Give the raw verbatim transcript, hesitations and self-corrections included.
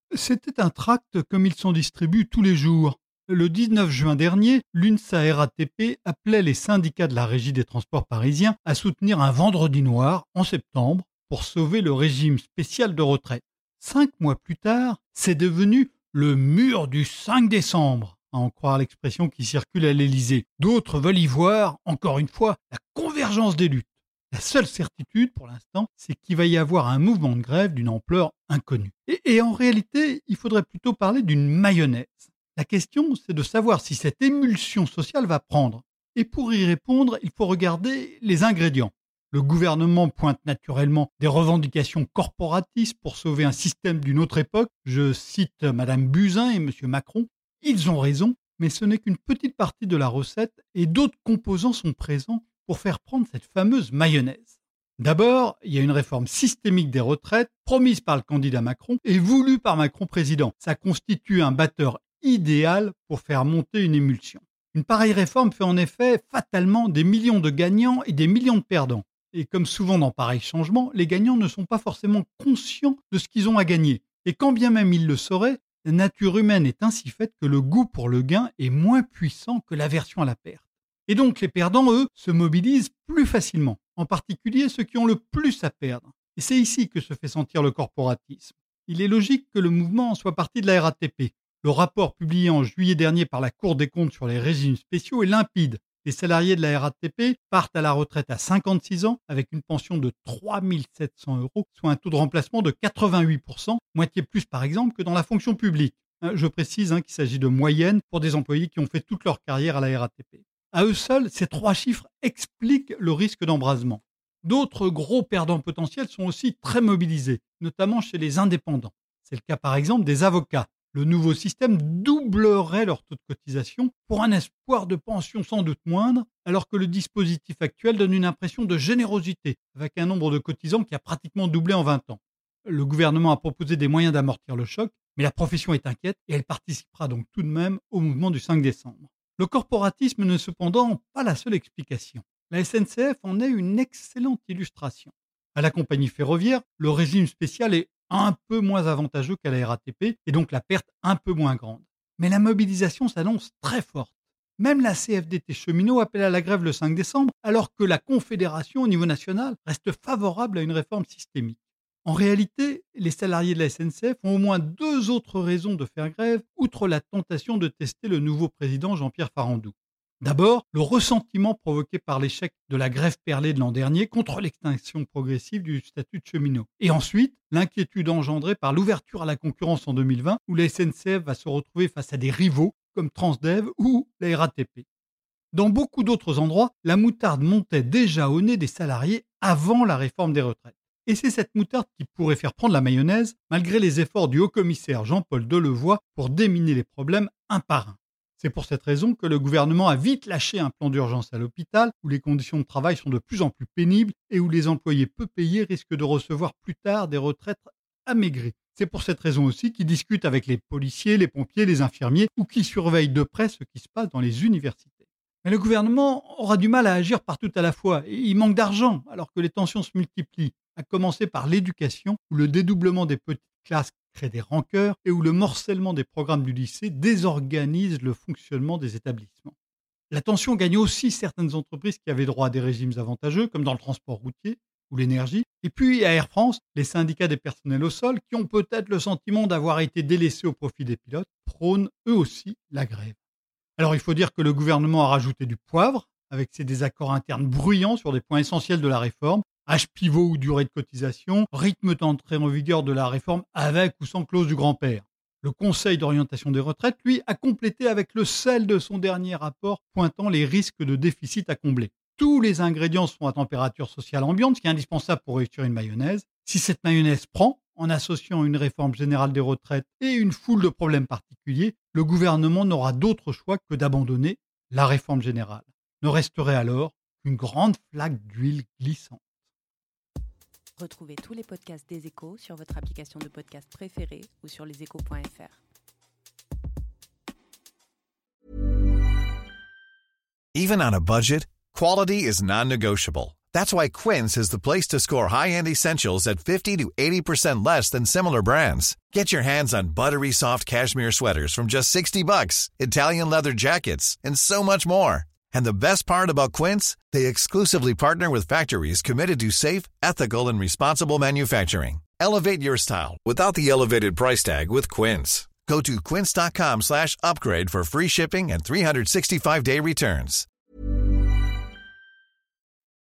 C'était un tract comme ils s'en distribuent tous les jours. Le dix-neuf juin dernier, l'UNSA R A T P appelait les syndicats de la Régie des transports parisiens à soutenir un vendredi noir en septembre pour sauver le régime spécial de retraite. Cinq mois plus tard, c'est devenu le mur du cinq décembre, à en croire l'expression qui circule à l'Élysée. D'autres veulent y voir, encore une fois, la convergence des luttes. La seule certitude, pour l'instant, c'est qu'il va y avoir un mouvement de grève d'une ampleur inconnue. Et, et en réalité, il faudrait plutôt parler d'une mayonnaise. La question, c'est de savoir si cette émulsion sociale va prendre. Et pour y répondre, il faut regarder les ingrédients. Le gouvernement pointe naturellement des revendications corporatistes pour sauver un système d'une autre époque. Je cite Madame Buzyn et Monsieur Macron. Ils ont raison, mais ce n'est qu'une petite partie de la recette et d'autres composants sont présents pour faire prendre cette fameuse mayonnaise. D'abord, il y a une réforme systémique des retraites promise par le candidat Macron et voulue par Macron président. Ça constitue un batteur idéal pour faire monter une émulsion. Une pareille réforme fait en effet fatalement des millions de gagnants et des millions de perdants. Et comme souvent dans pareils changements, les gagnants ne sont pas forcément conscients de ce qu'ils ont à gagner. Et quand bien même ils le sauraient, la nature humaine est ainsi faite que le goût pour le gain est moins puissant que l'aversion à la perte. Et donc les perdants, eux, se mobilisent plus facilement, en particulier ceux qui ont le plus à perdre. Et c'est ici que se fait sentir le corporatisme. Il est logique que le mouvement soit parti de la R A T P. Le rapport publié en juillet dernier par la Cour des comptes sur les régimes spéciaux est limpide. Les salariés de la R A T P partent à la retraite à cinquante-six ans avec une pension de trois mille sept cents euros, soit un taux de remplacement de quatre-vingt-huit pour cent, moitié plus par exemple que dans la fonction publique. Je précise hein, qu'il s'agit de moyenne pour des employés qui ont fait toute leur carrière à la R A T P. À eux seuls, ces trois chiffres expliquent le risque d'embrasement. D'autres gros perdants potentiels sont aussi très mobilisés, notamment chez les indépendants. C'est le cas par exemple des avocats. Le nouveau système doublerait leur taux de cotisation pour un espoir de pension sans doute moindre, alors que le dispositif actuel donne une impression de générosité, avec un nombre de cotisants qui a pratiquement doublé en vingt ans. Le gouvernement a proposé des moyens d'amortir le choc, mais la profession est inquiète et elle participera donc tout de même au mouvement du cinq décembre. Le corporatisme n'est cependant pas la seule explication. La S N C F en est une excellente illustration. À la compagnie ferroviaire, le régime spécial est un peu moins avantageux qu'à la R A T P et donc la perte un peu moins grande. Mais la mobilisation s'annonce très forte. Même la C F D T Cheminots appelle à la grève le cinq décembre alors que la Confédération au niveau national reste favorable à une réforme systémique. En réalité, les salariés de la S N C F ont au moins deux autres raisons de faire grève, outre la tentation de tester le nouveau président Jean-Pierre Farandou. D'abord, le ressentiment provoqué par l'échec de la grève perlée de l'an dernier contre l'extinction progressive du statut de cheminot. Et ensuite, l'inquiétude engendrée par l'ouverture à la concurrence en deux mille vingt, où la S N C F va se retrouver face à des rivaux comme Transdev ou la R A T P. Dans beaucoup d'autres endroits, la moutarde montait déjà au nez des salariés avant la réforme des retraites. Et c'est cette moutarde qui pourrait faire prendre la mayonnaise, malgré les efforts du haut-commissaire Jean-Paul Delevoye pour déminer les problèmes un par un. C'est pour cette raison que le gouvernement a vite lâché un plan d'urgence à l'hôpital, où les conditions de travail sont de plus en plus pénibles et où les employés peu payés risquent de recevoir plus tard des retraites amaigries. C'est pour cette raison aussi qu'ils discutent avec les policiers, les pompiers, les infirmiers ou qui surveillent de près ce qui se passe dans les universités. Mais le gouvernement aura du mal à agir partout à la fois. Il manque d'argent alors que les tensions se multiplient, à commencer par l'éducation, où le dédoublement des petites classes crée des rancœurs et où le morcellement des programmes du lycée désorganise le fonctionnement des établissements. La tension gagne aussi certaines entreprises qui avaient droit à des régimes avantageux, comme dans le transport routier ou l'énergie. Et puis à Air France, les syndicats des personnels au sol, qui ont peut-être le sentiment d'avoir été délaissés au profit des pilotes, prônent eux aussi la grève. Alors il faut dire que le gouvernement a rajouté du poivre, avec ses désaccords internes bruyants sur des points essentiels de la réforme, âge pivot ou durée de cotisation, rythme d'entrée en vigueur de la réforme avec ou sans clause du grand-père. Le Conseil d'orientation des retraites, lui, a complété avec le sel de son dernier rapport pointant les risques de déficit à combler. Tous les ingrédients sont à température sociale ambiante, ce qui est indispensable pour réussir une mayonnaise. Si cette mayonnaise prend, en associant une réforme générale des retraites et une foule de problèmes particuliers, le gouvernement n'aura d'autre choix que d'abandonner la réforme générale. Ne resterait alors qu'une grande flaque d'huile glissante. Retrouvez tous les podcasts des Échos sur votre application de podcast préférée ou sur leséchos point f r. Even on a budget, quality is non-negotiable. That's why Quince is the place to score high-end essentials at fifty to eighty percent less than similar brands. Get your hands on buttery soft cashmere sweaters from just sixty bucks, Italian leather jackets, and so much more. And the best part about Quince, they exclusively partner with factories committed to safe, ethical, and responsible manufacturing. Elevate your style without the elevated price tag with Quince. Go to quince.com slash upgrade for free shipping and three sixty-five day returns.